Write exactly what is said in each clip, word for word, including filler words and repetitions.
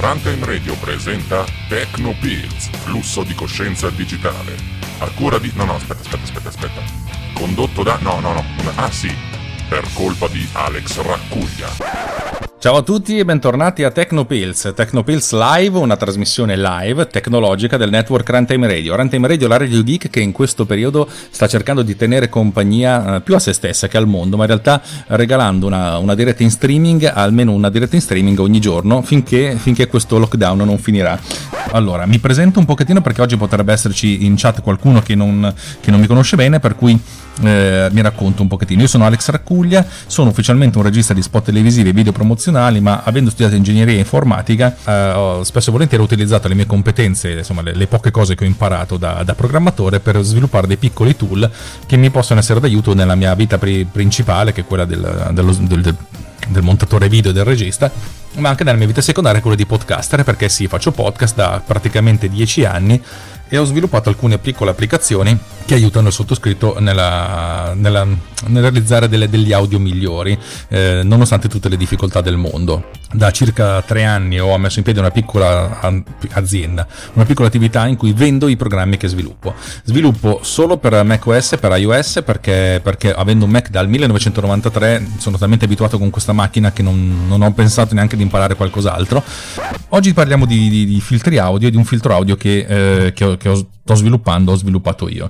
Runtime Radio presenta Technopills, flusso di coscienza digitale. A cura di... No, no, aspetta, aspetta, aspetta, aspetta. Condotto da... No, no, no. Ah, sì. Per colpa di Alex Raccuglia. Ciao a tutti e bentornati a Technopills. Technopills Live, una trasmissione live tecnologica del network Runtime Radio. Runtime Radio, la radio geek che in questo periodo sta cercando di tenere compagnia eh, più a se stessa che al mondo, ma in realtà regalando una, una diretta in streaming, almeno una diretta in streaming ogni giorno, finché, finché questo lockdown non finirà. Allora, mi presento un pochettino perché oggi potrebbe esserci in chat qualcuno che non, che non mi conosce bene, per cui eh, mi racconto un pochettino. Io sono Alex Raccuglia, sono ufficialmente un regista di spot televisivi e video promozionali, ma avendo studiato ingegneria informatica eh, ho spesso e volentieri utilizzato le mie competenze, insomma le, le poche cose che ho imparato da, da programmatore, per sviluppare dei piccoli tool che mi possono essere d'aiuto nella mia vita pri- principale, che è quella del, dello, del, del, del montatore video e del regista, ma anche nella mia vita secondaria, quella di podcaster, perché sì, faccio podcast da praticamente dieci anni e ho sviluppato alcune piccole applicazioni che aiutano il sottoscritto nella, nella, nel realizzare delle, degli audio migliori, eh, nonostante tutte le difficoltà del mondo. Da circa tre anni ho messo in piedi una piccola azienda, una piccola attività in cui vendo i programmi che sviluppo. Sviluppo solo per macOS e per iOS, perché, perché avendo un Mac dal millenovecentonovantatré sono talmente abituato con questa macchina che non, non ho pensato neanche di imparare qualcos'altro. Oggi parliamo di, di, di filtri audio, di un filtro audio che, eh, che, ho, che ho, sto sviluppando, ho sviluppato io.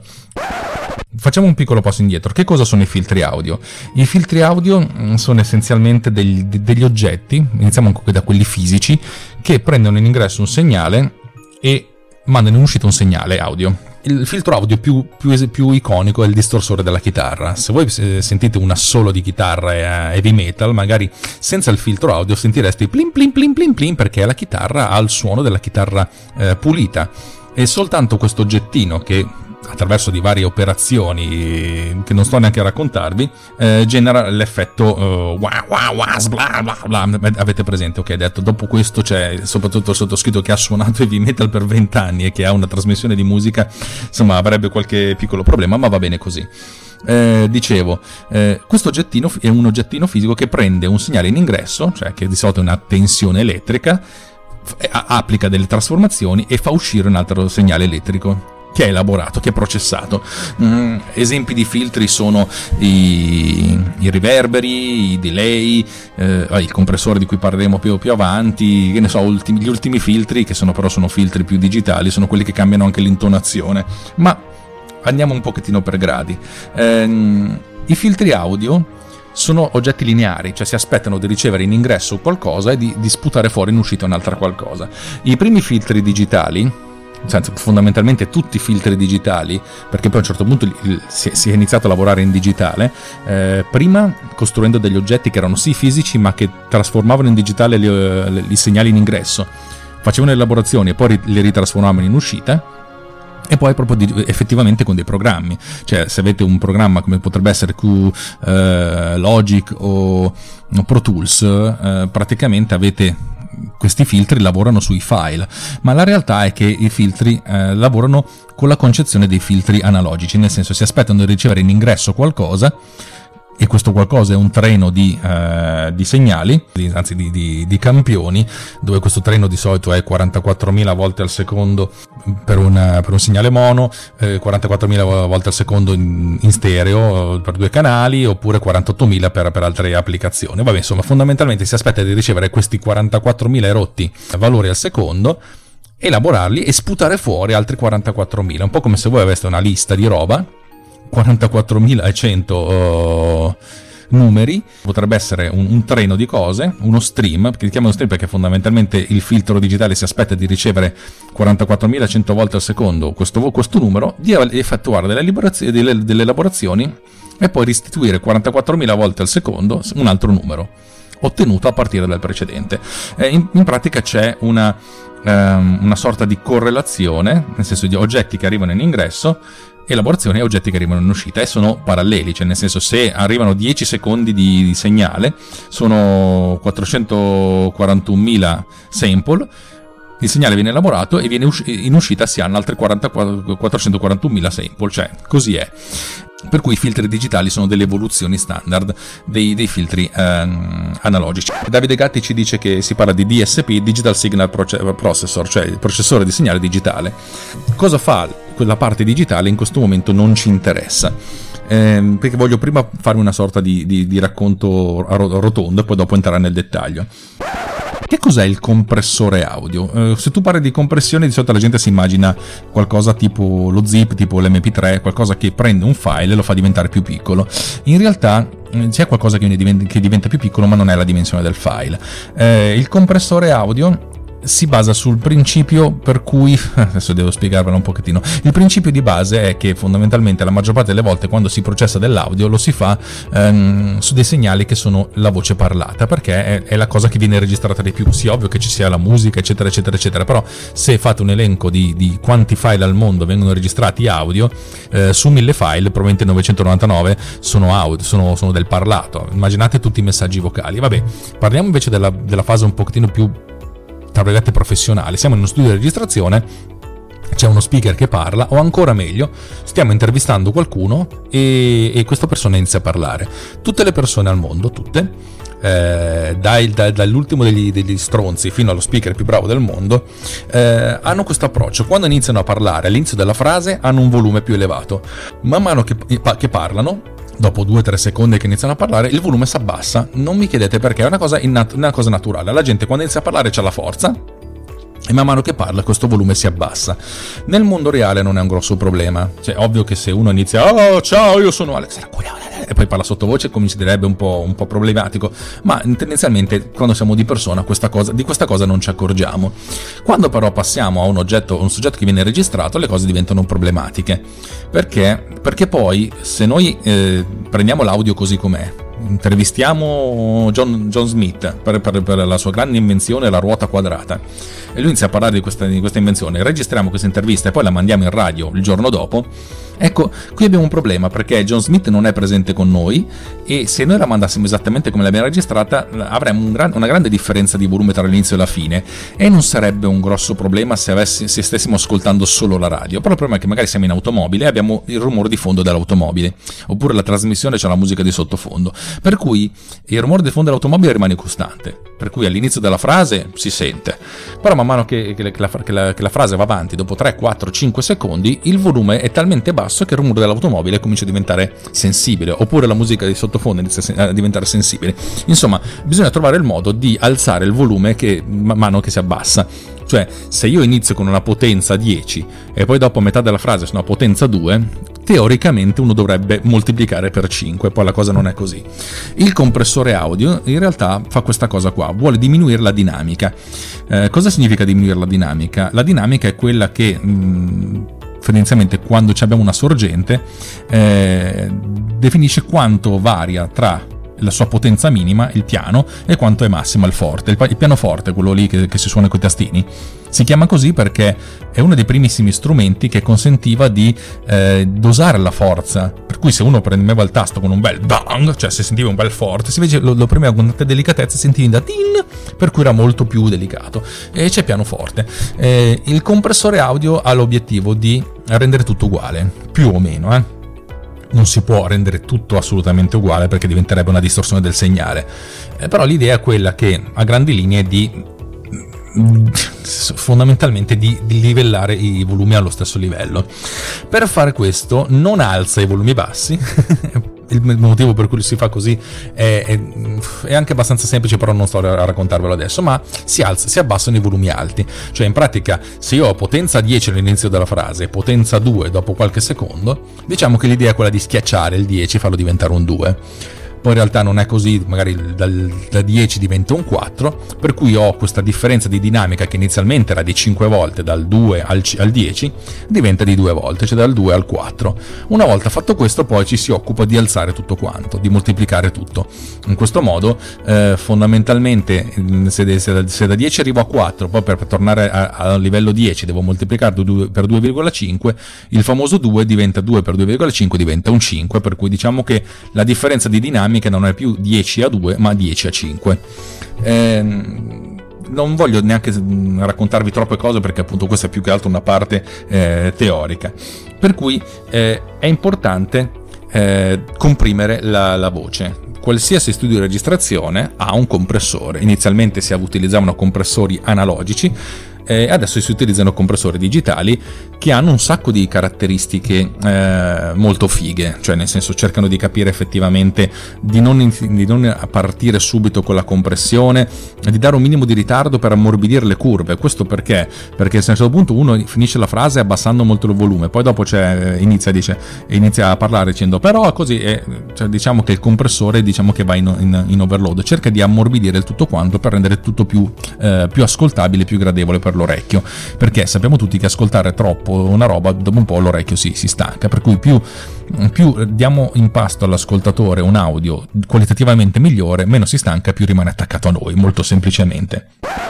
Facciamo un piccolo passo indietro. Che cosa sono i filtri audio? I filtri audio sono essenzialmente degli, degli oggetti, iniziamo anche da quelli fisici, che prendono in ingresso un segnale e mandano in uscita un segnale audio. Il filtro audio più, più, più iconico è il distorsore della chitarra. Se voi sentite un assolo di chitarra heavy metal, magari senza il filtro audio sentireste plin plin plin plin plin, perché la chitarra ha il suono della chitarra eh, pulita. E soltanto questo oggettino, che attraverso di varie operazioni che non sto neanche a raccontarvi, eh, genera l'effetto uh, wah, wah, wah, bla, bla, bla. Avete presente? Ok, detto, dopo questo c'è soprattutto il sottoscritto che ha suonato heavy metal per vent'anni e che ha una trasmissione di musica, insomma avrebbe qualche piccolo problema, ma va bene così. Eh, dicevo, eh, questo oggettino è un oggettino fisico che prende un segnale in ingresso, cioè che di solito è una tensione elettrica, f- applica delle trasformazioni e fa uscire un altro segnale elettrico che è elaborato, che è processato. Mm, esempi di filtri sono i, i riverberi, i delay, eh, il compressore di cui parleremo più, più avanti, che ne so, ultimi, gli ultimi filtri, che sono però sono filtri più digitali, sono quelli che cambiano anche l'intonazione. Ma andiamo un pochettino per gradi. Eh, i filtri audio sono oggetti lineari, cioè si aspettano di ricevere in ingresso qualcosa e di, di sputare fuori in uscita un'altra qualcosa. I primi filtri digitali, senza, fondamentalmente tutti i filtri digitali, perché poi a un certo punto si è, si è iniziato a lavorare in digitale, eh, prima costruendo degli oggetti che erano sì fisici ma che trasformavano in digitale i segnali in ingresso, facevano le elaborazioni e poi li ritrasformavano in uscita, e poi proprio di, effettivamente con dei programmi. Cioè se avete un programma come potrebbe essere Q, eh, Logic o, o Pro Tools, eh, praticamente avete questi filtri, lavorano sui file, ma la realtà è che i filtri eh, lavorano con la concezione dei filtri analogici, nel senso si aspettano di ricevere in ingresso qualcosa, e questo qualcosa è un treno di, eh, di segnali, di, anzi di, di, di campioni, dove questo treno di solito è quarantaquattromila volte al secondo per, una, per un segnale mono, eh, quarantaquattromila volte al secondo in, in stereo per due canali, oppure quarantottomila per, per altre applicazioni. Vabbè, insomma, fondamentalmente si aspetta di ricevere questi quarantaquattromila erotti valori al secondo, elaborarli e sputare fuori altri quarantaquattromila, un po' come se voi aveste una lista di roba, quarantaquattromilacento uh, numeri, potrebbe essere un, un treno di cose, uno stream, perché chiamano stream perché fondamentalmente il filtro digitale si aspetta di ricevere quarantaquattromilacento volte al secondo questo, questo numero, di effettuare delle, delle, delle elaborazioni e poi restituire quarantaquattromila volte al secondo un altro numero ottenuto a partire dal precedente. Eh, in, in pratica c'è una, um, una sorta di correlazione, nel senso di oggetti che arrivano in ingresso, elaborazione e oggetti che arrivano in uscita, e sono paralleli, cioè nel senso se arrivano dieci secondi di, di segnale sono quattrocentoquarantunomila sample, il segnale viene elaborato e viene usci- in uscita si hanno altre quattrocentoquarantunomila sample, cioè così è. per cui i filtri digitali sono delle evoluzioni standard dei, dei filtri ehm, analogici. Davide Gatti ci dice che si parla di D S P, Digital Signal Processor, cioè il processore di segnale digitale. Cosa fa quella parte digitale in questo momento non ci interessa, eh, perché voglio prima farmi una sorta di, di, di racconto rotondo e poi dopo entrare nel dettaglio. Che cos'è il compressore audio? Eh, se tu parli di compressione, di solito la gente si immagina qualcosa tipo lo zip, tipo l'emme pi tre, qualcosa che prende un file e lo fa diventare più piccolo. In realtà c'è qualcosa che diventa, che diventa più piccolo, ma non è la dimensione del file. Eh, il compressore audio si basa sul principio per cui, adesso devo spiegarvelo un pochettino, il principio di base è che fondamentalmente la maggior parte delle volte quando si processa dell'audio lo si fa ehm, su dei segnali che sono la voce parlata, perché è, è la cosa che viene registrata di più. Sì, ovvio che ci sia la musica eccetera eccetera eccetera, però se fate un elenco di, di quanti file al mondo vengono registrati audio, eh, su mille file probabilmente novecentonovantanove sono audio, sono, sono del parlato. Immaginate tutti i messaggi vocali. Vabbè, parliamo invece della, della fase un pochettino più, tra virgolette, professionale. Siamo in uno studio di registrazione, c'è uno speaker che parla, o ancora meglio stiamo intervistando qualcuno e, e questa persona inizia a parlare. Tutte le persone al mondo, tutte, eh, dai, dai, dall'ultimo degli, degli stronzi fino allo speaker più bravo del mondo, eh, hanno questo approccio. Quando iniziano a parlare all'inizio della frase hanno un volume più elevato, man mano che, che parlano, dopo due o tre secondi che iniziano a parlare, il volume si abbassa. Non mi chiedete perché, è una cosa, innat- una cosa naturale. La gente quando inizia a parlare c'ha la forza e man mano che parla questo volume si abbassa. Nel mondo reale non è un grosso problema. Cioè, ovvio che se uno inizia "oh ciao, io sono Alex" e poi parla sottovoce, comincerebbe un po', un po' problematico, ma tendenzialmente quando siamo di persona questa cosa, di questa cosa non ci accorgiamo. Quando però passiamo a un oggetto, un soggetto che viene registrato, le cose diventano problematiche. Perché? Perché poi se noi eh, prendiamo l'audio così com'è, intervistiamo John, John Smith per, per, per la sua grande invenzione, la ruota quadrata, e lui inizia a parlare di questa, di questa invenzione, registriamo questa intervista e poi la mandiamo in radio il giorno dopo. Ecco, qui abbiamo un problema, perché John Smith non è presente con noi e se noi la mandassimo esattamente come l'abbiamo registrata avremmo un gran, una grande differenza di volume tra l'inizio e la fine, e non sarebbe un grosso problema se, avessi, se stessimo ascoltando solo la radio. Però il problema è che magari siamo in automobile e abbiamo il rumore di fondo dell'automobile, oppure la trasmissione c'è la musica di sottofondo, per cui il rumore di fondo dell'automobile rimane costante, per cui all'inizio della frase si sente, però man mano che, che, la, che, la, che la frase va avanti, dopo tre, quattro, cinque secondi il volume è talmente basso che il rumore dell'automobile comincia a diventare sensibile, oppure la musica di sottofondo inizia a diventare sensibile. Insomma, bisogna trovare il modo di alzare il volume che, man mano che si abbassa. Cioè, se io inizio con una potenza dieci e poi dopo a metà della frase sono a potenza due, teoricamente uno dovrebbe moltiplicare per cinque, poi la cosa non è così. Il compressore audio in realtà fa questa cosa qua, vuole diminuire la dinamica. Eh, cosa significa diminuire la dinamica? La dinamica è quella che mh, tendenzialmente quando abbiamo una sorgente eh, definisce quanto varia tra la sua potenza minima, il piano, e quanto è massima il forte. Il, il pianoforte, quello lì che, che si suona coi tastini, si chiama così perché è uno dei primissimi strumenti che consentiva di eh, dosare la forza, per cui se uno premeva il tasto con un bel bang, cioè se sentiva un bel forte, se invece lo, lo premeva con tanta delicatezza sentivi da tin, per cui era molto più delicato. E c'è pianoforte. Eh, il compressore audio ha l'obiettivo di rendere tutto uguale, più o meno, eh non si può rendere tutto assolutamente uguale perché diventerebbe una distorsione del segnale, eh, però l'idea è quella che a grandi linee di fondamentalmente di, di livellare i volumi allo stesso livello. Per fare questo non alza i volumi bassi il motivo per cui si fa così è, è, è anche abbastanza semplice, però non sto a raccontarvelo adesso, ma si alza, si abbassano i volumi alti. Cioè in pratica se io ho potenza dieci all'inizio della frase e potenza due dopo qualche secondo, diciamo che l'idea è quella di schiacciare il dieci e farlo diventare un due. Poi in realtà non è così, magari dal, da dieci diventa un quattro, per cui ho questa differenza di dinamica che inizialmente era di cinque volte, dal due al, al dieci, diventa di due volte, cioè dal due al quattro. Una volta fatto questo poi ci si occupa di alzare tutto quanto, di moltiplicare tutto. In questo modo eh, fondamentalmente se, se, se da dieci arrivo a quattro, poi per, per tornare al livello dieci devo moltiplicare per due virgola cinque, il famoso due diventa due per due virgola cinque, diventa un cinque, per cui diciamo che la differenza di dinamica che non è più dieci a due ma dieci a cinque. Eh, non voglio neanche raccontarvi troppe cose perché appunto questa è più che altro una parte eh, teorica, per cui eh, è importante eh, comprimere la, la voce. Qualsiasi studio di registrazione ha un compressore. Inizialmente si utilizzavano compressori analogici, e adesso si utilizzano compressori digitali che hanno un sacco di caratteristiche eh, molto fighe, cioè nel senso cercano di capire effettivamente di non, di non partire subito con la compressione, di dare un minimo di ritardo per ammorbidire le curve. Questo perché? Perché a un certo punto uno finisce la frase abbassando molto il volume, poi dopo c'è, inizia, dice, inizia a parlare dicendo però così, e, cioè, diciamo che il compressore diciamo che va in, in, in overload, cerca di ammorbidire il tutto quanto per rendere tutto più, eh, più ascoltabile, più gradevole per l'orecchio, perché sappiamo tutti che ascoltare troppo una roba dopo un po' l'orecchio si, si stanca, per cui più, più diamo in pasto all'ascoltatore un audio qualitativamente migliore, meno si stanca, più rimane attaccato a noi, molto semplicemente.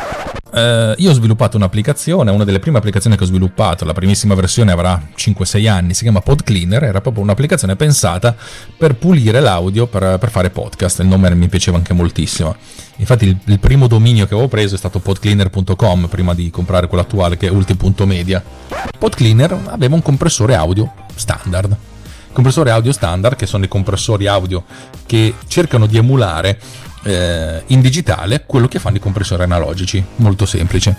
Uh, io ho sviluppato un'applicazione, una delle prime applicazioni che ho sviluppato, la primissima versione avrà cinque sei anni, si chiama Pod Cleaner, era proprio un'applicazione pensata per pulire l'audio per, per fare podcast, il nome mi piaceva anche moltissimo. Infatti il, il primo dominio che avevo preso è stato podcleaner punto com prima di comprare quello attuale che è ulti punto media. Podcleaner aveva un compressore audio standard. Compressore audio standard, che sono i compressori audio che cercano di emulare eh, in digitale quello che fanno i compressori analogici, molto semplice.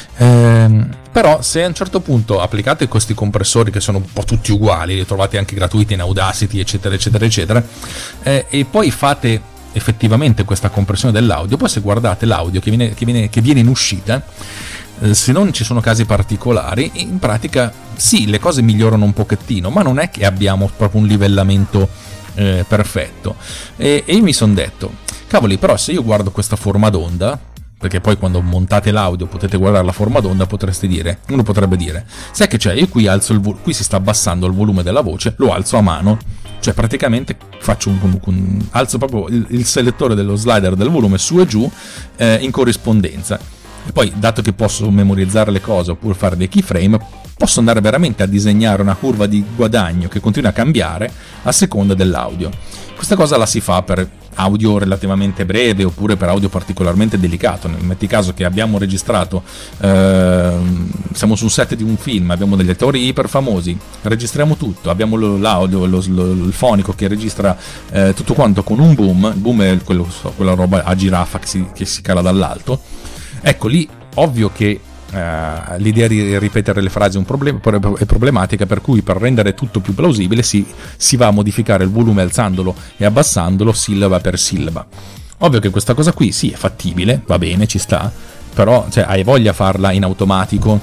Eh, però se a un certo punto applicate questi compressori che sono un po' tutti uguali, li trovate anche gratuiti in Audacity eccetera eccetera eccetera, eh, e poi fate effettivamente questa compressione dell'audio, poi se guardate l'audio che viene, che viene, che viene in uscita, eh, se non ci sono casi particolari, in pratica sì, le cose migliorano un pochettino, ma non è che abbiamo proprio un livellamento eh, perfetto. E, e io mi sono detto, cavoli, però se io guardo questa forma d'onda, perché poi quando montate l'audio potete guardare la forma d'onda, potreste dire, uno potrebbe dire, sai che c'è, io qui alzo il vo- qui si sta abbassando il volume della voce, lo alzo a mano, cioè praticamente faccio un, un, un alzo proprio il, il selettore dello slider del volume su e giù eh, in corrispondenza. E poi, dato che posso memorizzare le cose oppure fare dei keyframe, posso andare veramente a disegnare una curva di guadagno che continua a cambiare a seconda dell'audio. Questa cosa la si fa per audio relativamente breve oppure per audio particolarmente delicato. Metti caso che abbiamo registrato, eh, siamo su un set di un film, abbiamo degli attori iper famosi, registriamo tutto, abbiamo l'audio, lo, lo, il fonico che registra eh, tutto quanto con un boom, il boom è quello, quella roba a giraffa che si, che si cala dall'alto. Ecco, lì ovvio che Uh, l'idea di ripetere le frasi è, un problem- è problematica, per cui per rendere tutto più plausibile si, si va a modificare il volume alzandolo e abbassandolo sillaba per sillaba. Ovvio che questa cosa qui sì è fattibile, va bene, ci sta, però cioè, hai voglia farla in automatico,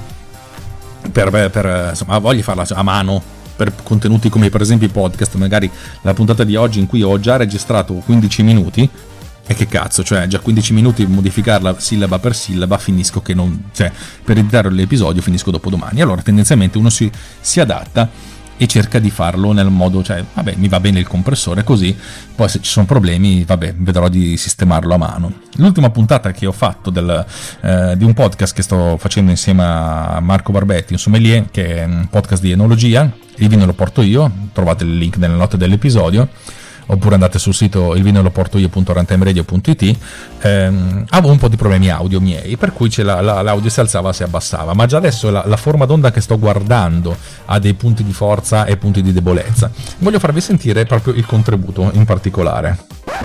per, per, insomma, hai voglia farla a mano per contenuti come per esempio i podcast, magari la puntata di oggi in cui ho già registrato quindici minuti. E che cazzo, cioè già quindici minuti modificarla sillaba per sillaba, finisco che non, cioè per editare l'episodio finisco dopo domani. Allora tendenzialmente uno si, si adatta e cerca di farlo nel modo, cioè vabbè, mi va bene il compressore così, poi se ci sono problemi vabbè, vedrò di sistemarlo a mano. L'ultima puntata che ho fatto del, eh, di un podcast che sto facendo insieme a Marco Barbetti, un sommelier, che è un podcast di enologia, il vino lo porto io, trovate il link nelle note dell'episodio, oppure andate sul sito il vino lo porto io punto rantimeradio punto it. ehm, avevo un po' di problemi audio miei, per cui la, la, l'audio si alzava, si abbassava, ma già adesso la, la forma d'onda che sto guardando ha dei punti di forza e punti di debolezza. Voglio farvi sentire proprio il contributo in particolare.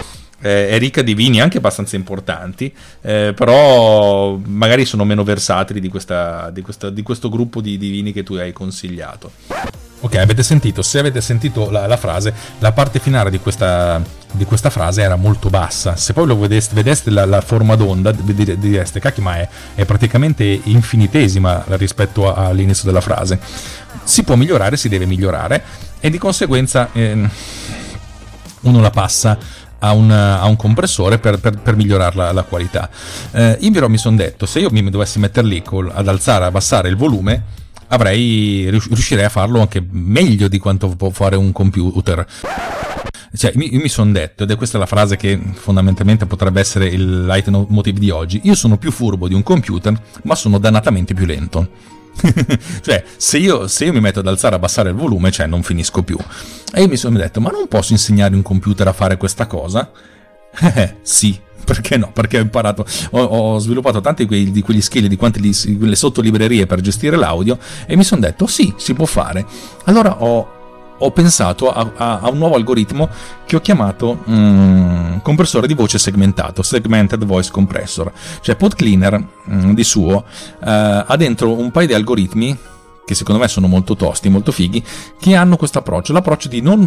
Eh, è ricca di vini anche abbastanza importanti, eh, però magari sono meno versatili di, questa, di, questa, di questo gruppo di, di vini che tu hai consigliato. Ok, avete sentito, se avete sentito la, la frase, la parte finale di questa, di questa frase era molto bassa. Se poi lo vedeste, vedeste la, la forma d'onda, direste, cacchio, ma è, è praticamente infinitesima rispetto a, all'inizio della frase. Si può migliorare, si deve migliorare, e di conseguenza eh, uno la passa a un, a un compressore per, per, per migliorare la, la qualità. Eh, io però mi sono detto, se io mi dovessi mettere lì col, ad alzare, abbassare il volume, avrei riuscirei a farlo anche meglio di quanto può fare un computer. Cioè, io mi sono detto, ed è questa la frase che fondamentalmente potrebbe essere il leitmotiv di oggi: io sono più furbo di un computer, ma sono dannatamente più lento. Cioè, se io, se io mi metto ad alzare e abbassare il volume, cioè non finisco più. E io mi sono detto, ma non posso insegnare un computer a fare questa cosa? Eh, sì. Perché no? Perché ho imparato, ho, ho sviluppato tanti quei, di quegli skill, di quante li, quelle sottolibrerie per gestire l'audio, e mi sono detto sì, si può fare. Allora ho, ho pensato a, a, a un nuovo algoritmo che ho chiamato mm, compressore di voce segmentato, Segmented Voice Compressor. Cioè PodCleaner mm, di suo eh, ha dentro un paio di algoritmi che secondo me sono molto tosti, molto fighi, che hanno questo approccio, l'approccio di non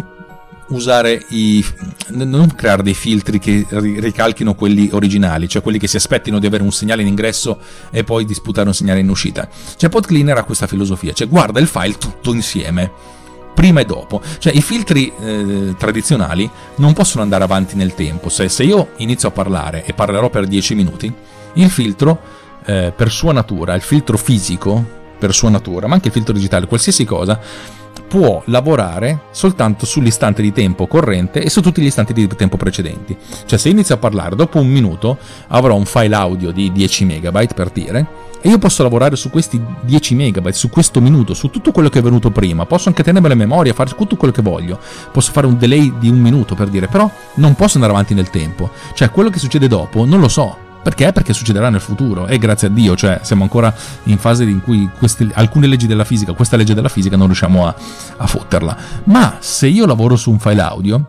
usare i non creare dei filtri che ricalchino quelli originali, cioè quelli che si aspettino di avere un segnale in ingresso e poi di sputare un segnale in uscita. Cioè PodCleaner ha questa filosofia, cioè guarda il file tutto insieme, prima e dopo. Cioè i filtri eh, tradizionali non possono andare avanti nel tempo. Se, se io inizio a parlare e parlerò per dieci minuti, il filtro eh, per sua natura, il filtro fisico per sua natura, ma anche il filtro digitale, qualsiasi cosa, può lavorare soltanto sull'istante di tempo corrente e su tutti gli istanti di tempo precedenti. Cioè se inizio a parlare, dopo un minuto avrò un file audio di dieci megabyte per dire, e io posso lavorare su questi dieci megabyte, su questo minuto, su tutto quello che è venuto prima. Posso anche tenermelo in memoria, fare tutto quello che voglio, posso fare un delay di un minuto per dire, però non posso andare avanti nel tempo. Cioè quello che succede dopo non lo so. Perché? Perché succederà nel futuro, e grazie a Dio, cioè siamo ancora in fase in cui queste, alcune leggi della fisica, questa legge della fisica non riusciamo a, a fotterla. Ma se io lavoro su un file audio,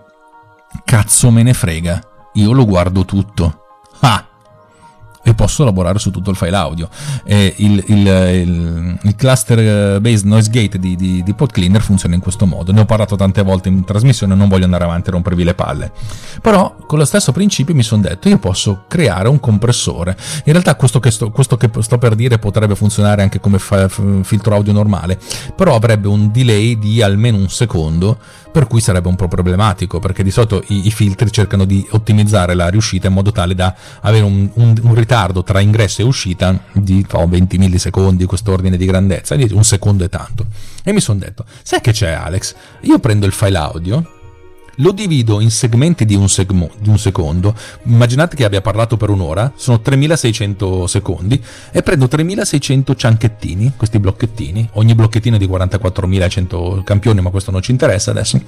cazzo me ne frega, io lo guardo tutto. Ah! E posso lavorare su tutto il file audio. E il, il, il, il cluster based noise gate di, di, di PodCleaner funziona in questo modo. Ne ho parlato tante volte in trasmissione, non voglio andare avanti a rompervi le palle, però con lo stesso principio mi sono detto, io posso creare un compressore. In realtà questo che sto, questo che sto per dire potrebbe funzionare anche come fa, filtro audio normale, però avrebbe un delay di almeno un secondo, per cui sarebbe un po' problematico, perché di solito i, i filtri cercano di ottimizzare la riuscita in modo tale da avere un, un, un ritardo tra ingresso e uscita di oh, venti millisecondi, questo ordine di grandezza, un secondo è tanto. E mi sono detto, sai che c'è Alex? Io prendo il file audio, lo divido in segmenti di un, segmo, di un secondo, immaginate che abbia parlato per un'ora, sono tremilaseicento secondi, e prendo tremilaseicento cianchettini, questi blocchettini, ogni blocchettino di quarantaquattromilacento campioni, ma questo non ci interessa adesso,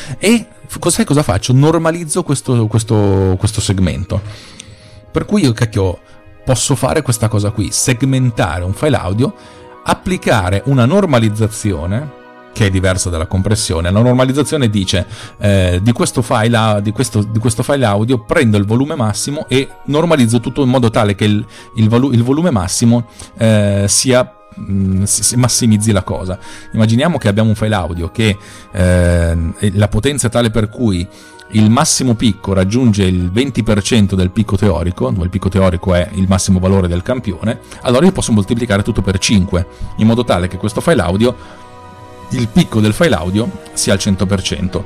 e sai cosa faccio? Normalizzo questo, questo, questo segmento, per cui io cacchio posso fare questa cosa qui, segmentare un file audio, applicare una normalizzazione che è diversa dalla compressione. La normalizzazione dice eh, di, questo file, di, questo, di questo file audio prendo il volume massimo e normalizzo tutto in modo tale che il, il, volu- il volume massimo eh, sia mh, si massimizzi la cosa. Immaginiamo che abbiamo un file audio che eh, la potenza è tale per cui il massimo picco raggiunge il venti per cento del picco teorico, dove il picco teorico è il massimo valore del campione. Allora io posso moltiplicare tutto per cinque, in modo tale che questo file audio, il picco del file audio sia al cento per cento.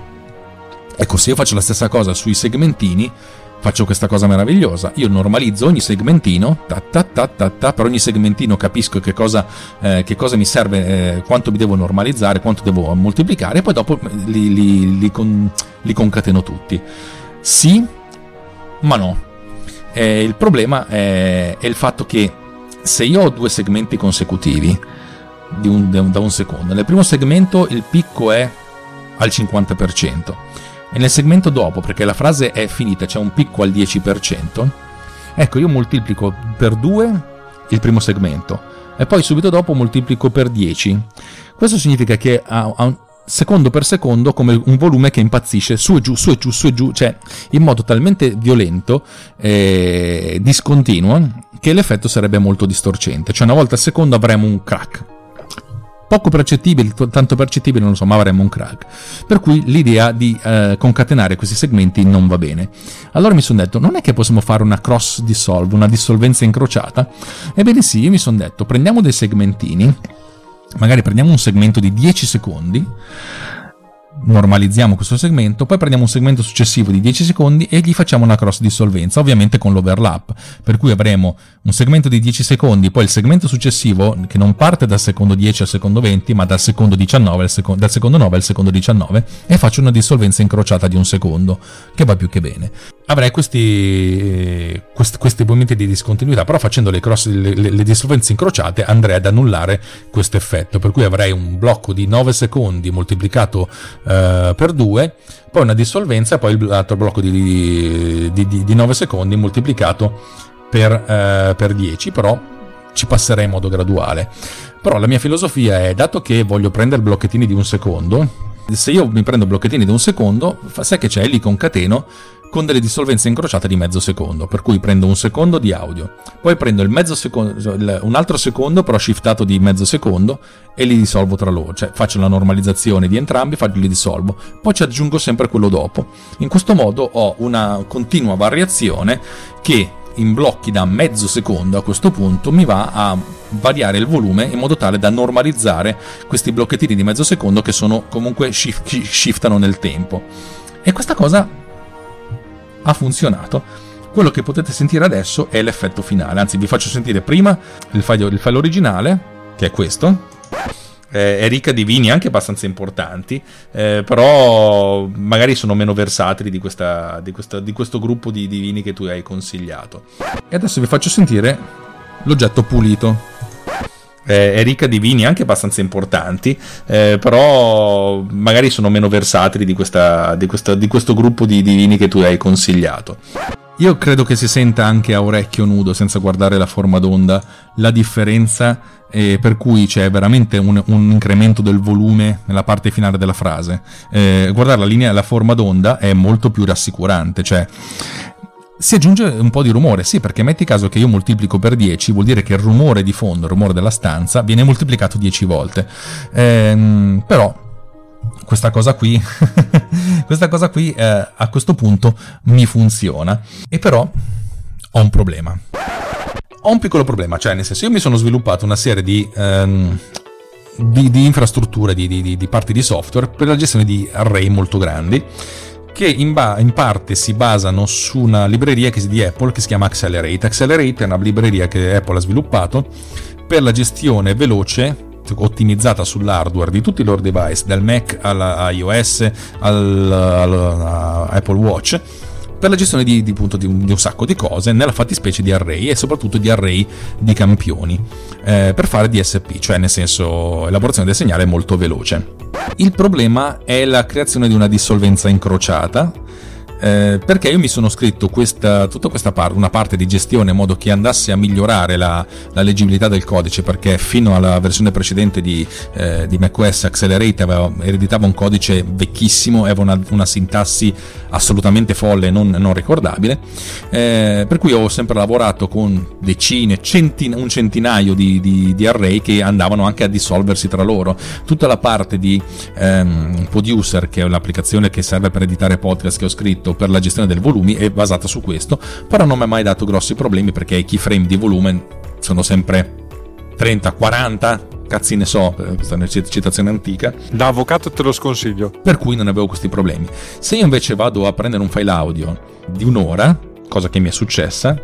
Ecco, se io faccio la stessa cosa sui segmentini, faccio questa cosa meravigliosa. Io normalizzo ogni segmentino, ta ta ta ta ta, per ogni segmentino capisco che cosa, eh, che cosa mi serve, eh, quanto mi devo normalizzare, quanto devo moltiplicare, e poi dopo li, li, li, con, li concateno tutti. Sì, ma no. Eh, il problema è, è il fatto che se io ho due segmenti consecutivi di un, da un secondo, nel primo segmento il picco è al cinquanta per cento e nel segmento dopo, perché la frase è finita, c'è un picco al dieci per cento, ecco, io moltiplico per due il primo segmento e poi subito dopo moltiplico per dieci. Questo significa che ha, ha un secondo per secondo come un volume che impazzisce su e giù, su e giù, su e giù, cioè in modo talmente violento e discontinuo che l'effetto sarebbe molto distorcente. Cioè una volta al secondo avremo un crack poco percettibile, tanto percettibile non lo so, ma avremmo un crack, per cui l'idea di eh, concatenare questi segmenti non va bene. Allora mi sono detto, non è che possiamo fare una cross dissolve, una dissolvenza incrociata? Ebbene sì, io mi sono detto, prendiamo dei segmentini, magari prendiamo un segmento di dieci secondi, normalizziamo questo segmento, poi prendiamo un segmento successivo di dieci secondi e gli facciamo una cross dissolvenza, ovviamente con l'overlap, per cui avremo un segmento di dieci secondi, poi il segmento successivo che non parte dal secondo dieci al secondo venti, ma dal secondo diciannove al secondo, dal secondo nove al secondo diciannove, e faccio una dissolvenza incrociata di un secondo, che va più che bene. Avrei questi, questi, questi momenti di discontinuità, però facendo le, cross, le, le, le dissolvenze incrociate andrei ad annullare questo effetto, per cui avrei un blocco di nove secondi moltiplicato eh, per due, poi una dissolvenza e poi l'altro blocco di, di, di, di nove secondi moltiplicato per, eh, per dieci, però ci passerei in modo graduale. Però la mia filosofia è, dato che voglio prendere blocchettini di un secondo, Se io mi prendo blocchettini di un secondo, sai che c'è, li concateno con delle dissolvenze incrociate di mezzo secondo, per cui prendo un secondo di audio, poi prendo il mezzo secondo, un altro secondo però shiftato di mezzo secondo e li dissolvo tra loro, cioè faccio la normalizzazione di entrambi, li dissolvo, poi ci aggiungo sempre quello dopo. In questo modo ho una continua variazione che in blocchi da mezzo secondo a questo punto mi va a variare il volume in modo tale da normalizzare questi blocchettini di mezzo secondo che sono comunque shift, shiftano nel tempo, e questa cosa ha funzionato. Quello che potete sentire adesso è l'effetto finale, anzi vi faccio sentire prima il file, il file originale, che è questo. Eh, è ricca di vini anche abbastanza importanti, eh, però magari sono meno versatili di, questa, di, questa, di questo gruppo di, di vini che tu hai consigliato. E adesso vi faccio sentire l'oggetto pulito. È ricca di vini anche abbastanza importanti, eh, però magari sono meno versatili di, questa, di, questa, di questo gruppo di, di vini che tu hai consigliato. Io credo che si senta anche a orecchio nudo, senza guardare la forma d'onda, la differenza, eh, per cui c'è veramente un, un incremento del volume nella parte finale della frase. Eh, guardare la linea, la forma d'onda è molto più rassicurante, cioè si aggiunge un po' di rumore, sì, perché metti caso che io moltiplico per dieci, vuol dire che il rumore di fondo, il rumore della stanza, viene moltiplicato dieci volte. Ehm, però questa cosa qui, questa cosa qui eh, a questo punto mi funziona. E però ho un problema. Ho un piccolo problema, cioè nel senso, io mi sono sviluppato una serie di... Ehm, di, di infrastrutture, di, di, di parti di software per la gestione di array molto grandi, che in, ba- in parte si basano su una libreria che, di Apple che si chiama Accelerate. Accelerate è una libreria che Apple ha sviluppato per la gestione veloce, ottimizzata sull'hardware di tutti i loro device, dal Mac alla iOS al, al, al Apple Watch, per la gestione di, di, appunto, di, un, di un sacco di cose, nella fattispecie di array e soprattutto di array di campioni, eh, per fare D S P, cioè nel senso elaborazione del segnale molto veloce. Il problema è la creazione di una dissolvenza incrociata, eh, perché io mi sono scritto questa, tutta questa parte, una parte di gestione in modo che andasse a migliorare la, la leggibilità del codice, perché fino alla versione precedente di, eh, di macOS Accelerate aveva, ereditava un codice vecchissimo, aveva una, una sintassi assolutamente folle e non, non ricordabile, eh, per cui ho sempre lavorato con decine, centina, un centinaio di, di, di array che andavano anche a dissolversi tra loro. Tutta la parte di ehm, Producer, che è un'applicazione che serve per editare podcast che ho scritto per la gestione del volume, è basata su questo, però non mi ha mai dato grossi problemi perché i keyframe di volume sono sempre trenta, quaranta, cazzi ne so, questa è una citazione antica. Da avvocato te lo sconsiglio. Per cui non avevo questi problemi. Se io invece vado a prendere un file audio di un'ora, cosa che mi è successa,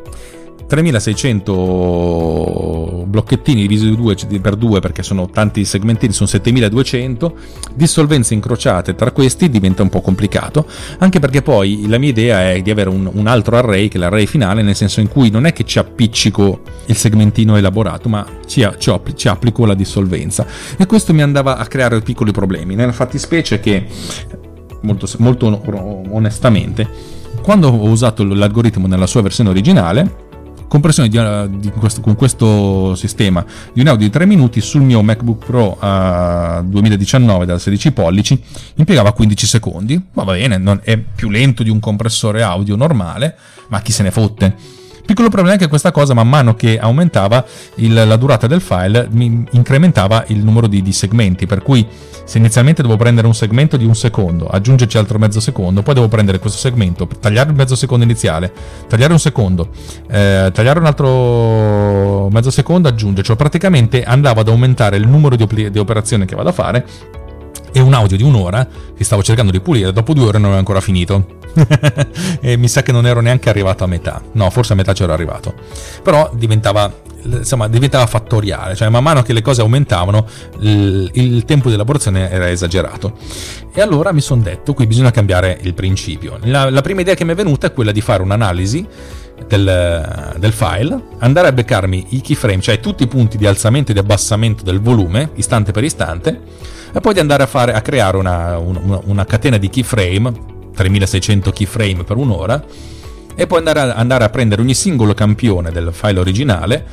tremilaseicento blocchettini divisi due per due, perché sono tanti segmentini, sono settemiladuecento, dissolvenze incrociate tra questi diventa un po' complicato, anche perché poi la mia idea è di avere un, un altro array, che è l'array finale, nel senso in cui non è che ci appiccico il segmentino elaborato, ma ci, ci, ci applico la dissolvenza, e questo mi andava a creare piccoli problemi, nella fattispecie che molto, molto onestamente, quando ho usato l'algoritmo nella sua versione originale, compressione di, di questo, con questo sistema di un audio di tre minuti sul mio MacBook Pro uh, duemiladiciannove da sedici pollici impiegava quindici secondi, ma va bene, non è più lento di un compressore audio normale, ma chi se ne fotte. Piccolo problema è che questa cosa, man mano che aumentava il, la durata del file, mi incrementava il numero di, di segmenti, per cui se inizialmente devo prendere un segmento di un secondo, aggiungerci altro mezzo secondo, poi devo prendere questo segmento, tagliare il mezzo secondo iniziale, tagliare un secondo, eh, tagliare un altro mezzo secondo, aggiungerci, praticamente andava ad aumentare il numero di, op- di operazioni che vado a fare, e un audio di un'ora che stavo cercando di pulire, dopo due ore non avevo ancora finito. E mi sa che non ero neanche arrivato a metà, no, forse a metà c'ero arrivato, però diventava, insomma, diventava fattoriale, cioè man mano che le cose aumentavano il, il tempo di elaborazione era esagerato, e allora mi sono detto qui bisogna cambiare il principio. La, la prima idea che mi è venuta è quella di fare un'analisi del, del file, andare a beccarmi i keyframe, cioè tutti i punti di alzamento e di abbassamento del volume istante per istante, e poi di andare a fare a creare una, una, una catena di keyframe, tremilaseicento keyframe per un'ora, e poi andare a, andare a prendere ogni singolo campione del file originale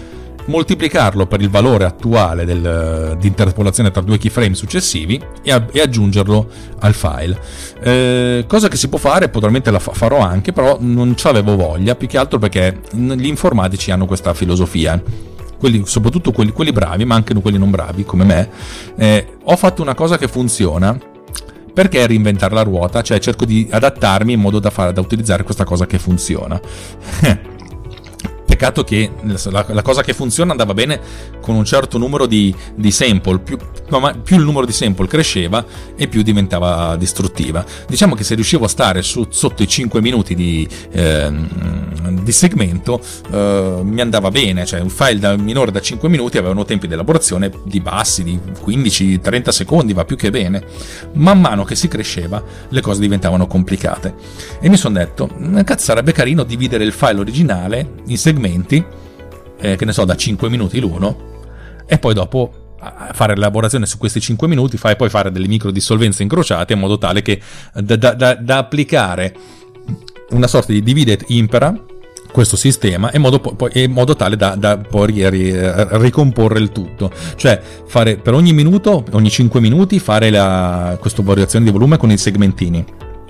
moltiplicarlo per il valore attuale del, di interpolazione tra due keyframe successivi e, a, e aggiungerlo al file. Eh, cosa che si può fare, probabilmente la fa, farò anche, però non ci avevo voglia, più che altro perché gli informatici hanno questa filosofia, quelli, soprattutto quelli, quelli bravi, ma anche quelli non bravi come me. Eh, ho fatto una cosa che funziona, perché reinventare la ruota? Cioè cerco di adattarmi in modo da, fare, da utilizzare questa cosa che funziona. Peccato che la, la cosa che funziona andava bene con un certo numero di, di sample, più, no, ma più il numero di sample cresceva e più diventava distruttiva. Diciamo che se riuscivo a stare su, sotto i cinque minuti di, eh, di segmento eh, mi andava bene, cioè un file da, minore da cinque minuti avevano tempi di elaborazione di bassi, di quindici trenta secondi, va più che bene. Man mano che si cresceva le cose diventavano complicate e mi sono detto, cazzo, sarebbe carino dividere il file originale in segmenti, eh, che ne so, da cinque minuti l'uno, e poi dopo fare l'elaborazione su questi cinque minuti, fai poi fare delle micro dissolvenze incrociate in modo tale che da, da, da, da applicare una sorta di divide et impera questo sistema in modo, poi, in modo tale da, da poi ricomporre il tutto, cioè fare per ogni minuto, ogni cinque minuti fare la, questa variazione di volume con i segmentini.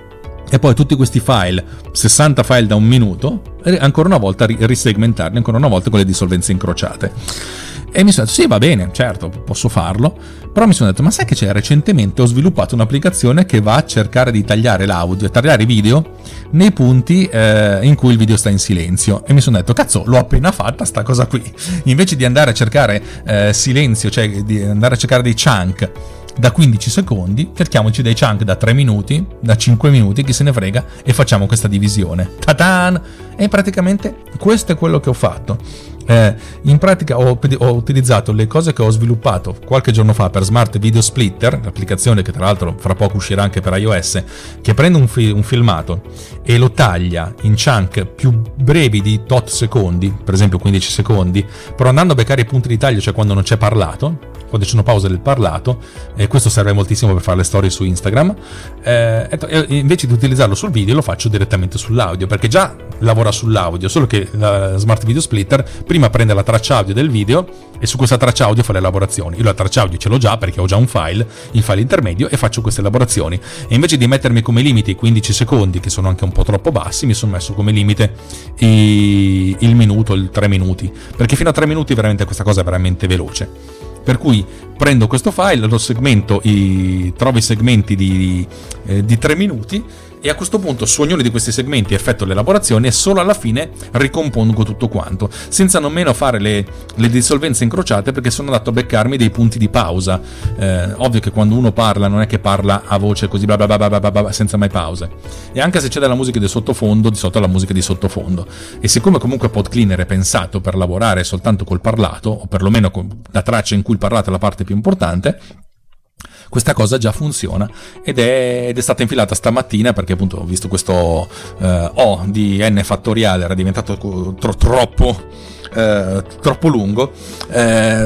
E poi tutti questi file, sessanta file da un minuto, ancora una volta risegmentarli, ancora una volta con le dissolvenze incrociate. E mi sono detto, sì, va bene, certo, posso farlo. Però mi sono detto, ma sai che c'è? Recentemente ho sviluppato un'applicazione che va a cercare di tagliare l'audio, tagliare i video nei punti eh, in cui il video sta in silenzio. E mi sono detto, cazzo, l'ho appena fatta sta cosa qui. Invece di andare a cercare eh, silenzio, cioè di andare a cercare dei chunk da quindici secondi, cerchiamoci dei chunk da tre minuti, da cinque minuti, chi se ne frega, e facciamo questa divisione. Ta-tan! E praticamente questo è quello che ho fatto. Eh, in pratica ho, ho utilizzato le cose che ho sviluppato qualche giorno fa per Smart Video Splitter, l'applicazione che tra l'altro fra poco uscirà anche per iOS, che prende un, fi- un filmato e lo taglia in chunk più brevi di tot secondi, per esempio quindici secondi, però andando a beccare i punti di taglio, cioè quando non c'è parlato, quando ci sono pause del parlato, e questo serve moltissimo per fare le storie su Instagram. Eh, e invece di utilizzarlo sul video lo faccio direttamente sull'audio, perché già lavora sull'audio, solo che la Smart Video Splitter prima prende la traccia audio del video e su questa traccia audio fa le elaborazioni. Io la traccia audio ce l'ho già perché ho già un file, il file intermedio, e faccio queste elaborazioni. E invece di mettermi come limite i quindici secondi, che sono anche un po' troppo bassi, mi sono messo come limite i, il minuto, il tre minuti, perché fino a tre minuti veramente questa cosa è veramente veloce. Per cui prendo questo file, lo segmento, i, trovo i segmenti di, eh, di tre minuti, e a questo punto su ognuno di questi segmenti effettuo l'elaborazione e solo alla fine ricompongo tutto quanto, senza nemmeno fare le, le dissolvenze incrociate, perché sono andato a beccarmi dei punti di pausa. Eh, ovvio che quando uno parla non è che parla a voce così bla bla bla bla bla bla senza mai pause, e anche se c'è della musica di sottofondo, di sotto la musica di sottofondo. E siccome comunque PodCleaner è pensato per lavorare soltanto col parlato, o perlomeno con la traccia in cui il parlato è la parte più importante, questa cosa già funziona ed è, ed è stata infilata stamattina, perché appunto ho visto questo eh, O di n fattoriale era diventato tro- troppo eh, troppo lungo. eh,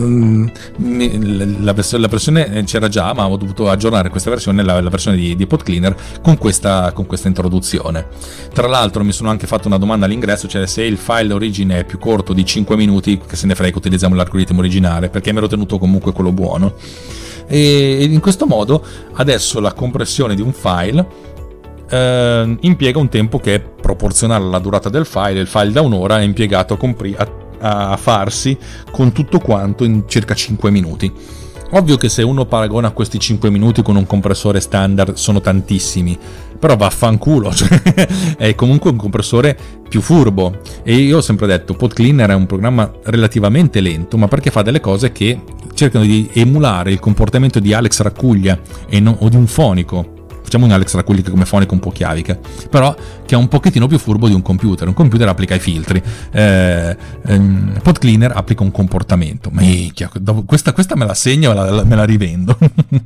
la, vers- la versione c'era già, ma ho dovuto aggiornare questa versione, la, la versione di, di PodCleaner con questa, con questa introduzione. Tra l'altro mi sono anche fatto una domanda all'ingresso, cioè se il file origine è più corto di cinque minuti, che se ne frega, utilizziamo l'algoritmo originale, perché mi ero tenuto comunque quello buono. E in questo modo adesso la compressione di un file eh, impiega un tempo che è proporzionale alla durata del file. Il file da un'ora è impiegato a, compri- a, a farsi con tutto quanto in circa cinque minuti. Ovvio che se uno paragona questi cinque minuti con un compressore standard sono tantissimi, però vaffanculo, cioè, è comunque un compressore più furbo. E io ho sempre detto, PodCleaner è un programma relativamente lento, ma perché fa delle cose che cercano di emulare il comportamento di Alex Raccuglia e non, o di un fonico. Facciamo un Alex Raccuglia come fonico un po' chiavica, però che è un pochettino più furbo di un computer. Un computer applica i filtri, eh, ehm, PodCleaner applica un comportamento. Minchia, questa, questa me la segno e la, me la rivendo.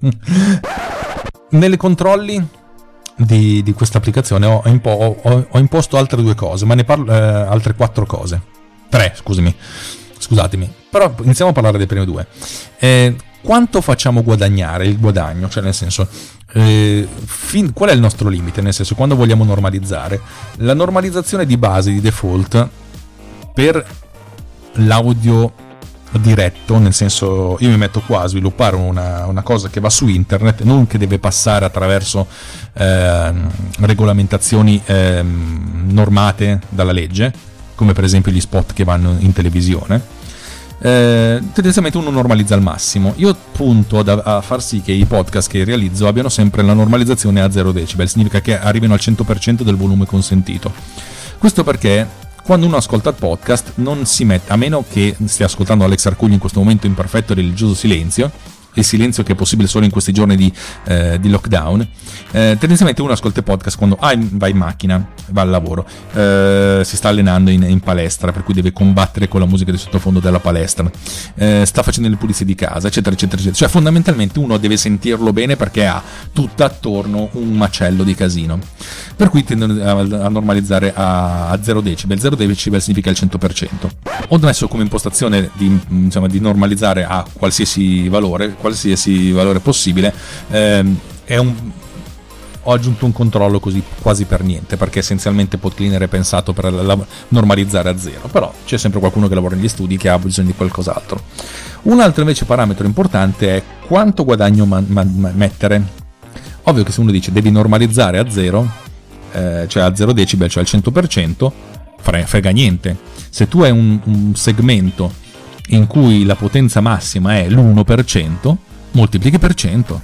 Nelle controlli di, di questa applicazione ho, impo- ho, ho imposto altre due cose, ma ne parlo, eh, altre quattro cose. Tre, scusami. Scusatemi, però iniziamo a parlare dei primi due. Eh, quanto facciamo guadagnare il guadagno? Cioè, nel senso, eh, fin, qual è il nostro limite? Nel senso, quando vogliamo normalizzare? La normalizzazione di base, di default, per l'audio diretto, nel senso io mi metto qua a sviluppare una, una cosa che va su internet, non che deve passare attraverso eh, regolamentazioni eh, normate dalla legge, come per esempio gli spot che vanno in televisione. Eh, tendenzialmente uno normalizza al massimo. Io punto ad, a far sì che i podcast che realizzo abbiano sempre la normalizzazione a zero decibel, significa che arrivino al cento per cento del volume consentito. Questo perché quando uno ascolta il podcast non si mette, a meno che stia ascoltando Alex Arcugli in questo momento in perfetto e religioso silenzio, il silenzio che è possibile solo in questi giorni di, eh, di lockdown, eh, tendenzialmente uno ascolta i podcast quando ah, va in macchina, va al lavoro, eh, si sta allenando in, in palestra, per cui deve combattere con la musica di sottofondo della palestra, eh, sta facendo le pulizie di casa, eccetera eccetera eccetera. Cioè fondamentalmente uno deve sentirlo bene perché ha tutto attorno un macello di casino, per cui tendono a, a normalizzare a, a zero decibel. Zero decibel significa il cento per cento. Ho messo come impostazione di, insomma, di normalizzare a qualsiasi valore qualsiasi valore possibile. ehm, è un ho aggiunto un controllo così quasi per niente, perché essenzialmente PodCleaner è pensato per la, la, normalizzare a zero, però c'è sempre qualcuno che lavora negli studi che ha bisogno di qualcos'altro. Un altro invece parametro importante è quanto guadagno man, man, man, mettere. Ovvio che se uno dice devi normalizzare a zero, eh, cioè a zero decibel, cioè al cento per cento, frega niente. Se tu hai un, un segmento in cui la potenza massima è l'uno per cento, moltiplichi per cento.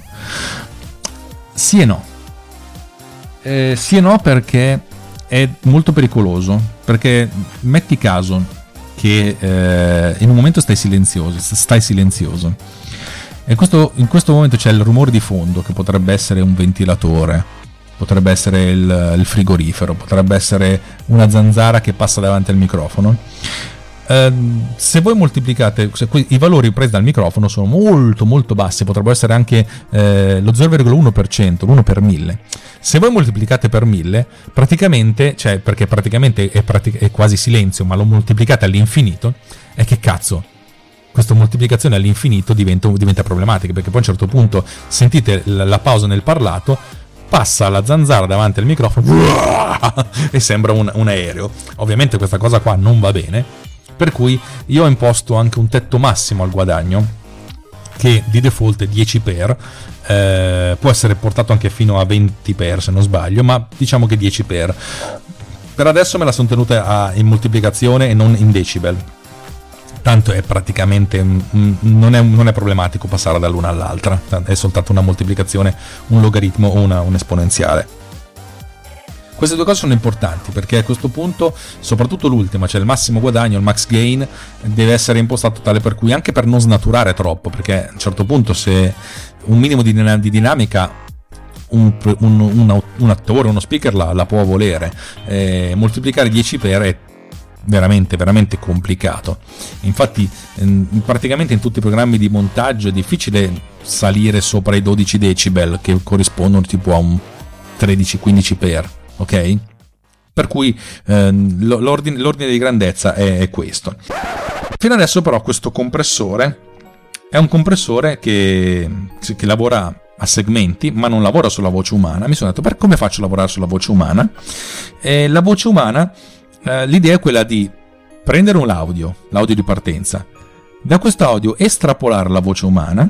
Sì e no. Eh, sì e no, perché è molto pericoloso, perché metti caso che eh, in un momento stai silenzioso, stai silenzioso e questo, in questo momento c'è il rumore di fondo che potrebbe essere un ventilatore, potrebbe essere il, il frigorifero, potrebbe essere una zanzara che passa davanti al microfono. Uh, se voi moltiplicate, se que- i valori presi dal microfono sono molto molto bassi, potrebbero essere anche eh, lo zero virgola uno per cento, l'uno per mille. Se voi moltiplicate per mille, praticamente, cioè perché praticamente è, pratic- è quasi silenzio, ma lo moltiplicate all'infinito, e che cazzo? Questa moltiplicazione all'infinito diventa, diventa problematica, perché poi a un certo punto sentite la, la pausa nel parlato, passa la zanzara davanti al microfono e sembra un, un aereo. Ovviamente questa cosa qua non va bene, per cui io ho imposto anche un tetto massimo al guadagno che di default è dieci per, eh, può essere portato anche fino a venti per se non sbaglio, ma diciamo che dieci per. Per adesso me la sono tenuta a, in moltiplicazione e non in decibel, tanto è praticamente mh, non, è, non è problematico passare dall'una all'altra, è soltanto una moltiplicazione, un logaritmo o una, un esponenziale. Queste due cose sono importanti perché a questo punto, soprattutto l'ultima, cioè il massimo guadagno, il max gain, deve essere impostato tale per cui, anche per non snaturare troppo, perché a un certo punto se un minimo di, di dinamica un, un, un, un attore, uno speaker la, la può volere, eh, moltiplicare dieci per è veramente veramente complicato. Infatti ehm, praticamente in tutti i programmi di montaggio è difficile salire sopra i dodici decibel, che corrispondono tipo a un tredici quindici per. Ok? Per cui eh, l'ordine, l'ordine di grandezza è, è questo. Fino adesso però questo compressore è un compressore che, che lavora a segmenti, ma non lavora sulla voce umana. Mi sono detto, per come faccio a lavorare sulla voce umana? E la voce umana, eh, l'idea è quella di prendere un audio, l'audio di partenza, da questo audio estrapolare la voce umana,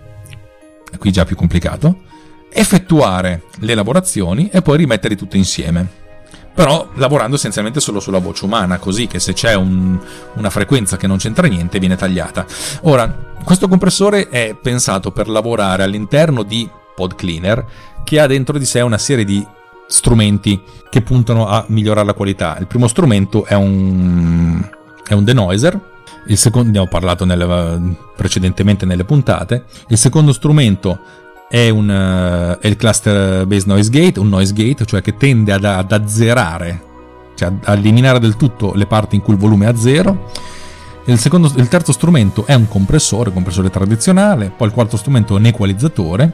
qui già più complicato, effettuare le elaborazioni e poi rimetterli tutte insieme, però lavorando essenzialmente solo sulla voce umana, così che se c'è un, una frequenza che non c'entra niente viene tagliata. Ora, questo compressore è pensato per lavorare all'interno di PodCleaner, che ha dentro di sé una serie di strumenti che puntano a migliorare la qualità. Il primo strumento è un, è un denoiser, il secondo, ne ho parlato nelle, precedentemente nelle puntate. Il secondo strumento è, un, uh, è il cluster based noise gate, un noise gate, cioè che tende ad, ad azzerare, cioè ad eliminare del tutto le parti in cui il volume è a zero. Il, secondo, il terzo strumento è un compressore, compressore tradizionale. Poi il quarto strumento è un equalizzatore,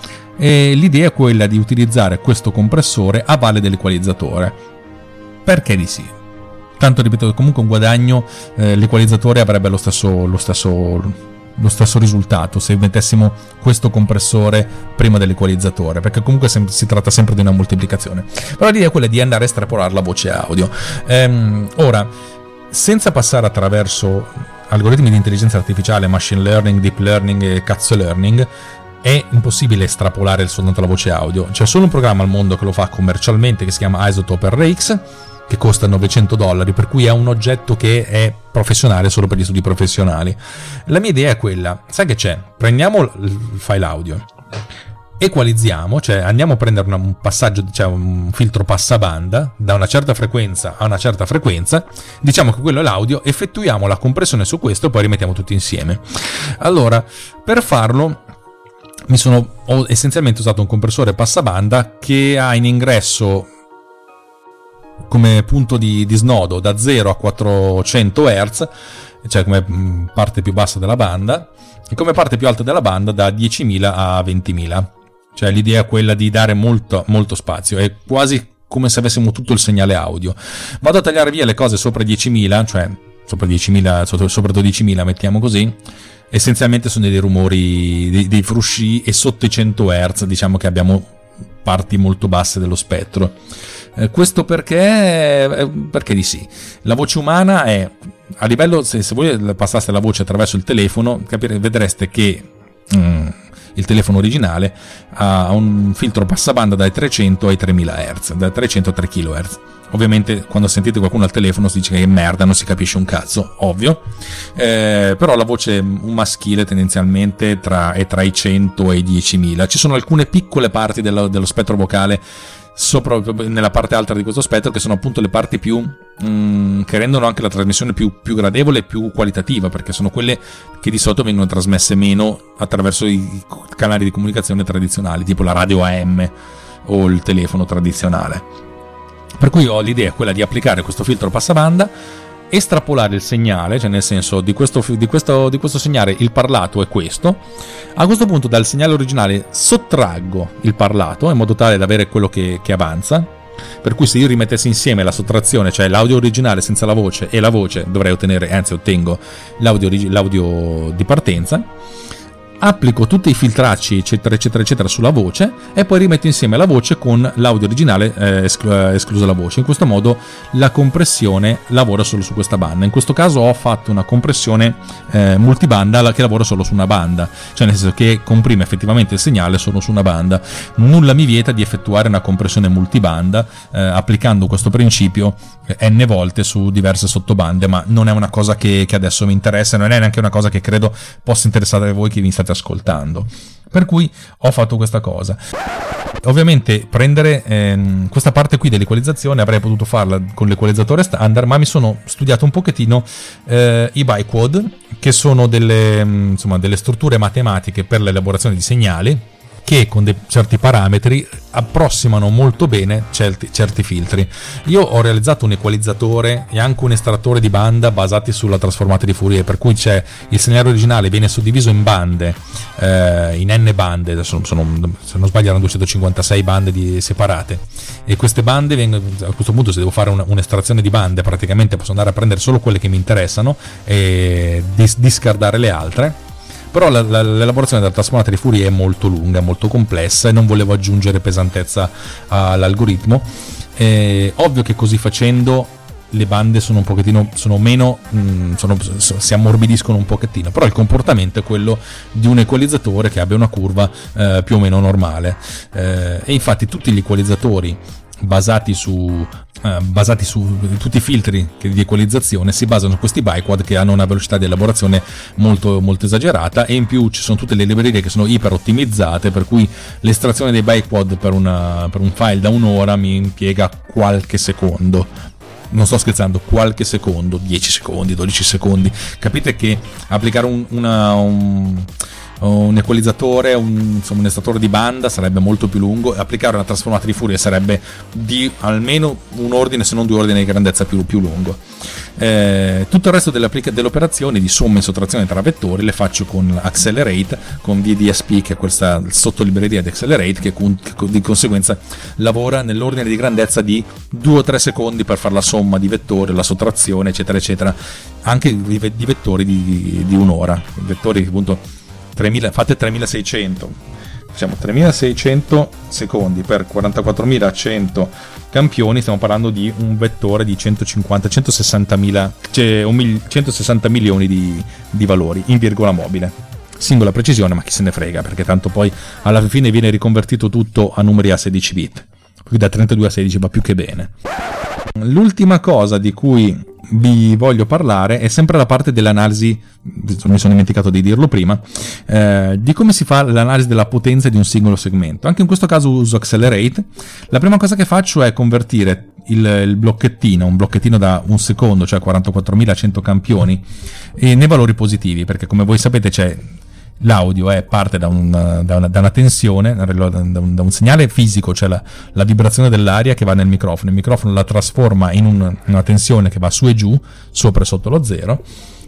e l'idea è quella di utilizzare questo compressore a valle dell'equalizzatore. Perché di sì? Tanto, ripeto, comunque un guadagno, eh, l'equalizzatore avrebbe lo stesso, lo stesso lo stesso risultato se mettessimo questo compressore prima dell'equalizzatore, perché comunque sem- si tratta sempre di una moltiplicazione. Però l'idea è quella di andare a estrapolare la voce audio. Ehm, ora, senza passare attraverso algoritmi di intelligenza artificiale, machine learning, deep learning e cazzo learning, è impossibile estrapolare soltanto la voce audio. C'è solo un programma al mondo che lo fa commercialmente, che si chiama Isotope R X, che costa novecento dollari, per cui è un oggetto che è professionale solo per gli studi professionali. La mia idea è quella, sai che c'è? Prendiamo il file audio, equalizziamo, cioè andiamo a prendere un passaggio, cioè un filtro passabanda da una certa frequenza a una certa frequenza, diciamo che quello è l'audio, effettuiamo la compressione su questo e poi rimettiamo tutti insieme. Allora, per farlo mi sono ho essenzialmente usato un compressore passabanda che ha in ingresso come punto di, di snodo da zero a quattrocento hertz, cioè come parte più bassa della banda, e come parte più alta della banda da diecimila a ventimila. Cioè l'idea è quella di dare molto, molto spazio, è quasi come se avessimo tutto il segnale audio. Vado a tagliare via le cose sopra diecimila, cioè sopra diecimila, sopra dodicimila, mettiamo così. Essenzialmente sono dei rumori, dei, dei frusci, e sotto i cento hertz diciamo che abbiamo parti molto basse dello spettro. Eh, questo perché, perché di sì. La voce umana è, a livello, se, se voi passaste la voce attraverso il telefono, capire, vedreste che mm, il telefono originale ha un filtro passabanda dai trecento ai tremila hertz, da trecento a tre chilohertz. Ovviamente quando sentite qualcuno al telefono si dice che è merda, non si capisce un cazzo, ovvio, eh, però la voce maschile tendenzialmente tra, è tra i cento e i diecimila. Ci sono alcune piccole parti dello, dello spettro vocale sopra, nella parte alta di questo spettro, che sono appunto le parti più mh, che rendono anche la trasmissione più, più gradevole e più qualitativa, perché sono quelle che di solito vengono trasmesse meno attraverso i canali di comunicazione tradizionali, tipo la radio A M o il telefono tradizionale. Per cui ho l'idea quella di applicare questo filtro passabanda, estrapolare il segnale, cioè nel senso di questo, di questo, di questo segnale il parlato è questo. A questo punto dal segnale originale sottraggo il parlato in modo tale da avere quello che, che avanza. Per cui se io rimettessi insieme la sottrazione, cioè l'audio originale senza la voce e la voce, dovrei ottenere, anzi ottengo l'audio, l'audio di partenza. Applico tutti i filtracci eccetera eccetera eccetera sulla voce e poi rimetto insieme la voce con l'audio originale, eh, esclu- esclusa la voce. In questo modo la compressione lavora solo su questa banda. In questo caso ho fatto una compressione eh, multibanda che lavora solo su una banda, cioè nel senso che comprime effettivamente il segnale solo su una banda. Nulla mi vieta di effettuare una compressione multibanda eh, applicando questo principio eh, n volte su diverse sottobande, ma non è una cosa che, che adesso mi interessa, non è neanche una cosa che credo possa interessare a voi che vi state ascoltando, per cui ho fatto questa cosa. Ovviamente prendere ehm, questa parte qui dell'equalizzazione avrei potuto farla con l'equalizzatore standard, ma mi sono studiato un pochettino eh, i biquad, che sono delle, insomma, delle strutture matematiche per l'elaborazione di segnali che con dei certi parametri approssimano molto bene certi, certi filtri. Io ho realizzato un equalizzatore e anche un estrattore di banda basati sulla trasformata di Fourier, per cui c'è il segnale originale viene suddiviso in bande, eh, in n bande, adesso sono, se non sbaglio erano duecentocinquantasei bande di, separate, e queste bande vengono, a questo punto se devo fare un, un'estrazione di bande praticamente posso andare a prendere solo quelle che mi interessano e dis- discardare le altre. Però la, la, l'elaborazione della trasformata di Fourier è molto lunga, molto complessa e non volevo aggiungere pesantezza all'algoritmo. Eh, ovvio che così facendo le bande sono un pochettino, sono meno, mh, sono, si ammorbidiscono un pochettino, però il comportamento è quello di un equalizzatore che abbia una curva eh, più o meno normale. Eh, e infatti tutti gli equalizzatori basati su Uh, basati su tutti i filtri di equalizzazione si basano su questi biquad che hanno una velocità di elaborazione molto, molto esagerata, e in più ci sono tutte le librerie che sono iper ottimizzate, per cui l'estrazione dei biquad per, una, per un file da un'ora mi impiega qualche secondo. Non sto scherzando, qualche secondo, dieci secondi, dodici secondi. Capite che applicare un, una, un un equalizzatore, un, insomma, un estratore di banda sarebbe molto più lungo, e applicare una trasformata di Fourier sarebbe di almeno un ordine, se non due ordini di grandezza più, più lungo. Eh, tutto il resto delle, applica- delle operazioni di somma e sottrazione tra vettori le faccio con Accelerate, con V D S P, che è questa sottolibreria di Accelerate, che, con, che di conseguenza lavora nell'ordine di grandezza di due o tre secondi per fare la somma di vettori, la sottrazione eccetera eccetera, anche di, di vettori di, di un'ora, vettori che appunto tremila, fate tremilaseicento, diciamo tremilaseicento secondi per quarantaquattromilacento campioni, stiamo parlando di un vettore di centocinquanta centosessantamila, cioè un mil, centosessanta milioni di, di valori in virgola mobile. Singola precisione, ma chi se ne frega, perché tanto poi alla fine viene riconvertito tutto a numeri a sedici bit, qui da trentadue a sedici va più che bene. L'ultima cosa di cui vi voglio parlare è sempre la parte dell'analisi, mi sono dimenticato di dirlo prima, eh, di come si fa l'analisi della potenza di un singolo segmento. Anche in questo caso uso Accelerate. La prima cosa che faccio è convertire il, il blocchettino, un blocchettino da un secondo, cioè quarantaquattromilacento campioni, e nei valori positivi, perché come voi sapete c'è l'audio è parte da, un, da, una, da una tensione, da un, da un segnale fisico, cioè la, la vibrazione dell'aria che va nel microfono. Il microfono la trasforma in un, una tensione che va su e giù, sopra e sotto lo zero,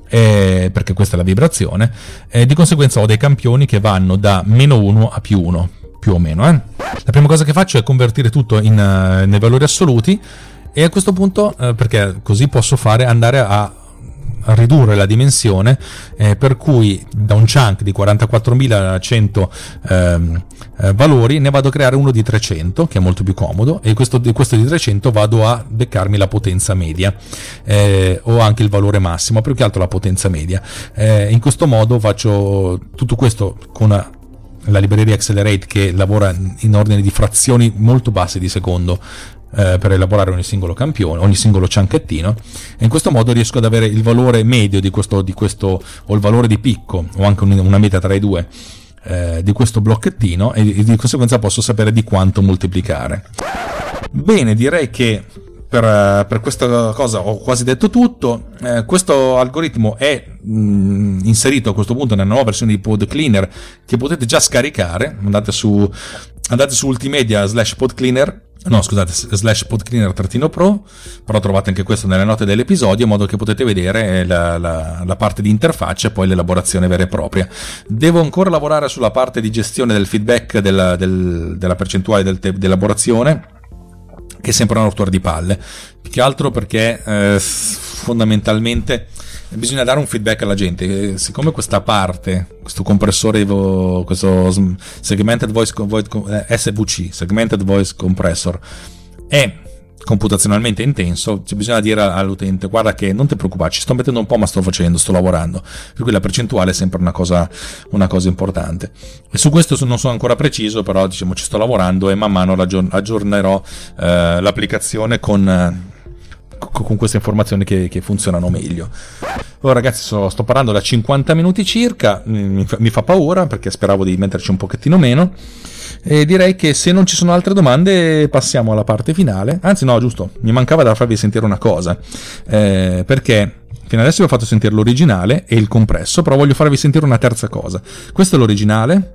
eh, perché questa è la vibrazione, e di conseguenza ho dei campioni che vanno da meno uno a più uno, più o meno. Eh. La prima cosa che faccio è convertire tutto in, uh, nei valori assoluti, e a questo punto, uh, perché così posso fare andare a a ridurre la dimensione, eh, per cui da un chunk di quarantaquattromilacento ehm, eh, valori ne vado a creare uno di trecento, che è molto più comodo, e questo di, questo di trecento vado a beccarmi la potenza media, eh, o anche il valore massimo, più che altro la potenza media. Eh, in questo modo faccio tutto questo con una, la libreria Accelerate, che lavora in ordine di frazioni molto basse di secondo, Eh, per elaborare ogni singolo campione, ogni singolo cianchettino, e in questo modo riesco ad avere il valore medio di questo, di questo o il valore di picco, o anche un, una media tra i due, eh, di questo blocchettino, e, e di conseguenza posso sapere di quanto moltiplicare. Bene, direi che per, per questa cosa ho quasi detto tutto. Eh, questo algoritmo è mh, inserito a questo punto nella nuova versione di PodCleaner, che potete già scaricare. Andate su andate su Ultimedia slash PodCleaner, no scusate, slash PodCleaner trattino pro, però trovate anche questo nelle note dell'episodio, in modo che potete vedere la, la, la parte di interfaccia e poi l'elaborazione vera e propria. Devo ancora lavorare sulla parte di gestione del feedback, della, del, della percentuale del te- dell'elaborazione, che è sempre una rottura di palle, più che altro perché eh, fondamentalmente bisogna dare un feedback alla gente. Siccome questa parte, questo compressore, questo segmented voice, S V C, segmented voice compressor, è computazionalmente intenso, bisogna dire all'utente: guarda che non ti preoccupare, ci sto mettendo un po', ma sto facendo, sto lavorando, per cui la percentuale è sempre una cosa, una cosa importante. E su questo non sono ancora preciso, però diciamo ci sto lavorando, e man mano aggiornerò eh, l'applicazione con con queste informazioni che, che funzionano meglio. Ora ragazzi, so, sto parlando da cinquanta minuti circa, mi fa, mi fa paura, perché speravo di metterci un pochettino meno, e direi che se non ci sono altre domande passiamo alla parte finale. Anzi no, giusto, mi mancava da farvi sentire una cosa, eh, perché fino adesso vi ho fatto sentire l'originale e il compresso, però voglio farvi sentire una terza cosa. Questo è l'originale,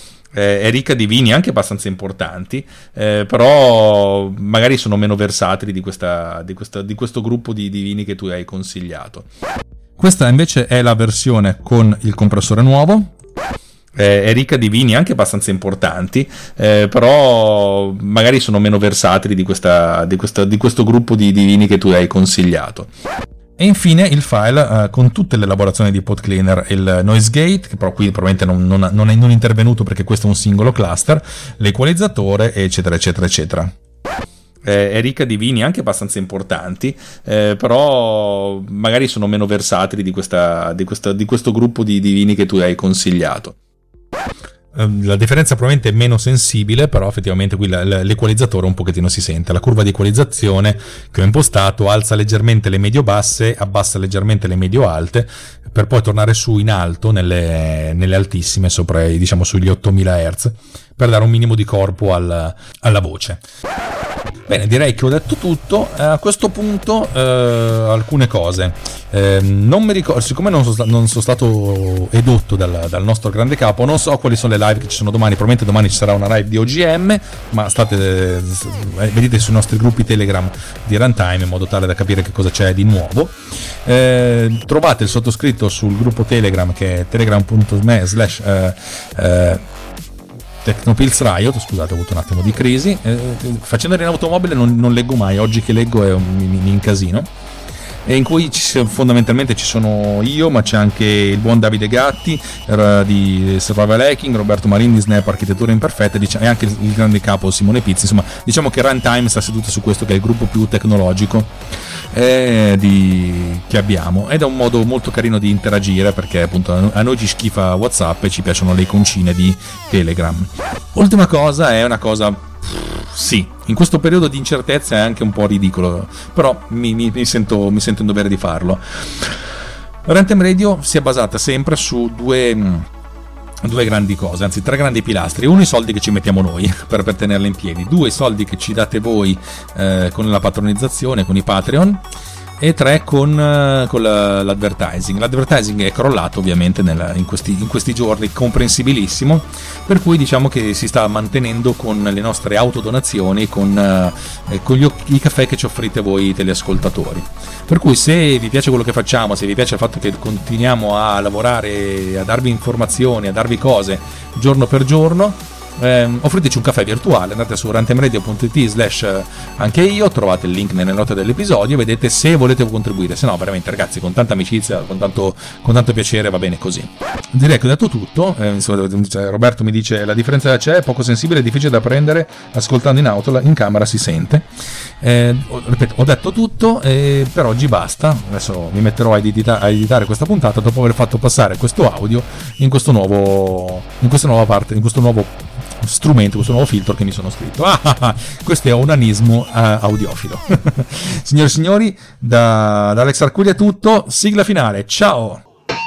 eh, è ricca di vini anche abbastanza importanti, eh, però magari sono meno versatili di, questa, di, questa, di questo gruppo di, di vini che tu hai consigliato. Questa invece è la versione con il compressore nuovo, eh, è ricca di vini anche abbastanza importanti, eh, però magari sono meno versatili di, questa, di, questa, di questo gruppo di, di vini che tu hai consigliato. E infine il file eh, con tutte le elaborazioni di PodCleaner, il noise gate, che però qui probabilmente non, non, non è non intervenuto perché questo è un singolo cluster, l'equalizzatore, eccetera eccetera eccetera. Eh, è ricca di vini anche abbastanza importanti, eh, però magari sono meno versatili di, questa, di, questa, di questo gruppo di, di vini che tu hai consigliato. La differenza probabilmente è meno sensibile, però effettivamente qui l'equalizzatore un pochettino si sente. La curva di equalizzazione che ho impostato alza leggermente le medio-basse, abbassa leggermente le medio-alte, per poi tornare su in alto nelle, nelle altissime, sopra i, diciamo sugli ottomila hertz, per dare un minimo di corpo al, alla voce. Bene, direi che ho detto tutto. A questo punto eh, alcune cose. Eh, non mi ricordo, siccome non sono, non sono stato edotto dal, dal nostro grande capo, non so quali sono le live che ci sono domani. Probabilmente domani ci sarà una live di O G M, ma state eh, vedete sui nostri gruppi Telegram di Runtime, in modo tale da capire che cosa c'è di nuovo. Eh, trovate il sottoscritto sul gruppo Telegram, che è telegram punto me slash Technopills Riot. Scusate, ho avuto un attimo di crisi, eh, facendo in automobile non, non leggo mai, oggi che leggo è un, mi, mi incasino. e in cui ci, fondamentalmente ci sono io, ma c'è anche il buon Davide Gatti er, di Survival Hacking, Roberto Marini di Snap Architettura Imperfetta, diciamo, e anche il, il grande capo Simone Pizzi. Insomma, diciamo che Runtime sta seduto su questo che è il gruppo più tecnologico eh, di, che abbiamo, ed è un modo molto carino di interagire, perché appunto a noi ci schifa WhatsApp e ci piacciono le iconcine di Telegram. Ultima cosa è una cosa, sì, in questo periodo di incertezza è anche un po' ridicolo, però mi, mi, mi, sento, mi sento in dovere di farlo. Runtime Radio si è basata sempre su due due grandi cose, anzi tre grandi pilastri. Uno, i soldi che ci mettiamo noi per, per tenerla in piedi. Due, i soldi che ci date voi eh, con la patronizzazione, con i Patreon. E tre, con, uh, con la, l'advertising. L'advertising è crollato ovviamente nella, in, questi, in questi giorni, comprensibilissimo, per cui diciamo che si sta mantenendo con le nostre autodonazioni, con, uh, eh, con gli, i caffè che ci offrite voi teleascoltatori. Per cui se vi piace quello che facciamo, se vi piace il fatto che continuiamo a lavorare, a darvi informazioni, a darvi cose giorno per giorno, Eh, offriteci un caffè virtuale, andate su runtimeradio punto it slash anche io, trovate il link nelle note dell'episodio, vedete se volete contribuire. Se no, veramente ragazzi, con tanta amicizia, con tanto, con tanto piacere, va bene così. Direi che ho detto tutto. eh, Roberto mi dice la differenza c'è, è poco sensibile, è difficile da prendere, ascoltando in auto, in camera si sente. eh, ripeto, ho detto tutto, eh, per oggi basta. Adesso mi metterò a, edita- a editare questa puntata dopo aver fatto passare questo audio in questo nuovo in questa nuova parte, in questo nuovo strumento, questo nuovo filtro che mi sono scritto. Ah, ah, ah, questo è onanismo uh, audiofilo. Signore e signori, da, da Alex Arcuglia è tutto, sigla finale, ciao!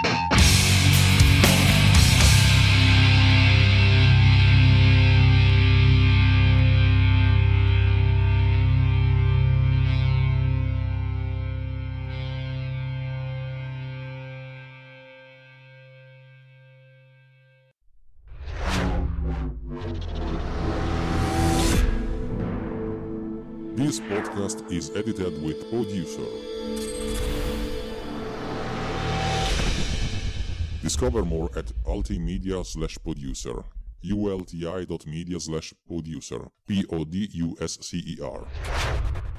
This podcast is edited with Producer. Discover more at ultimedia slash producer. ulti dot media slash producer. P O D U S C E R.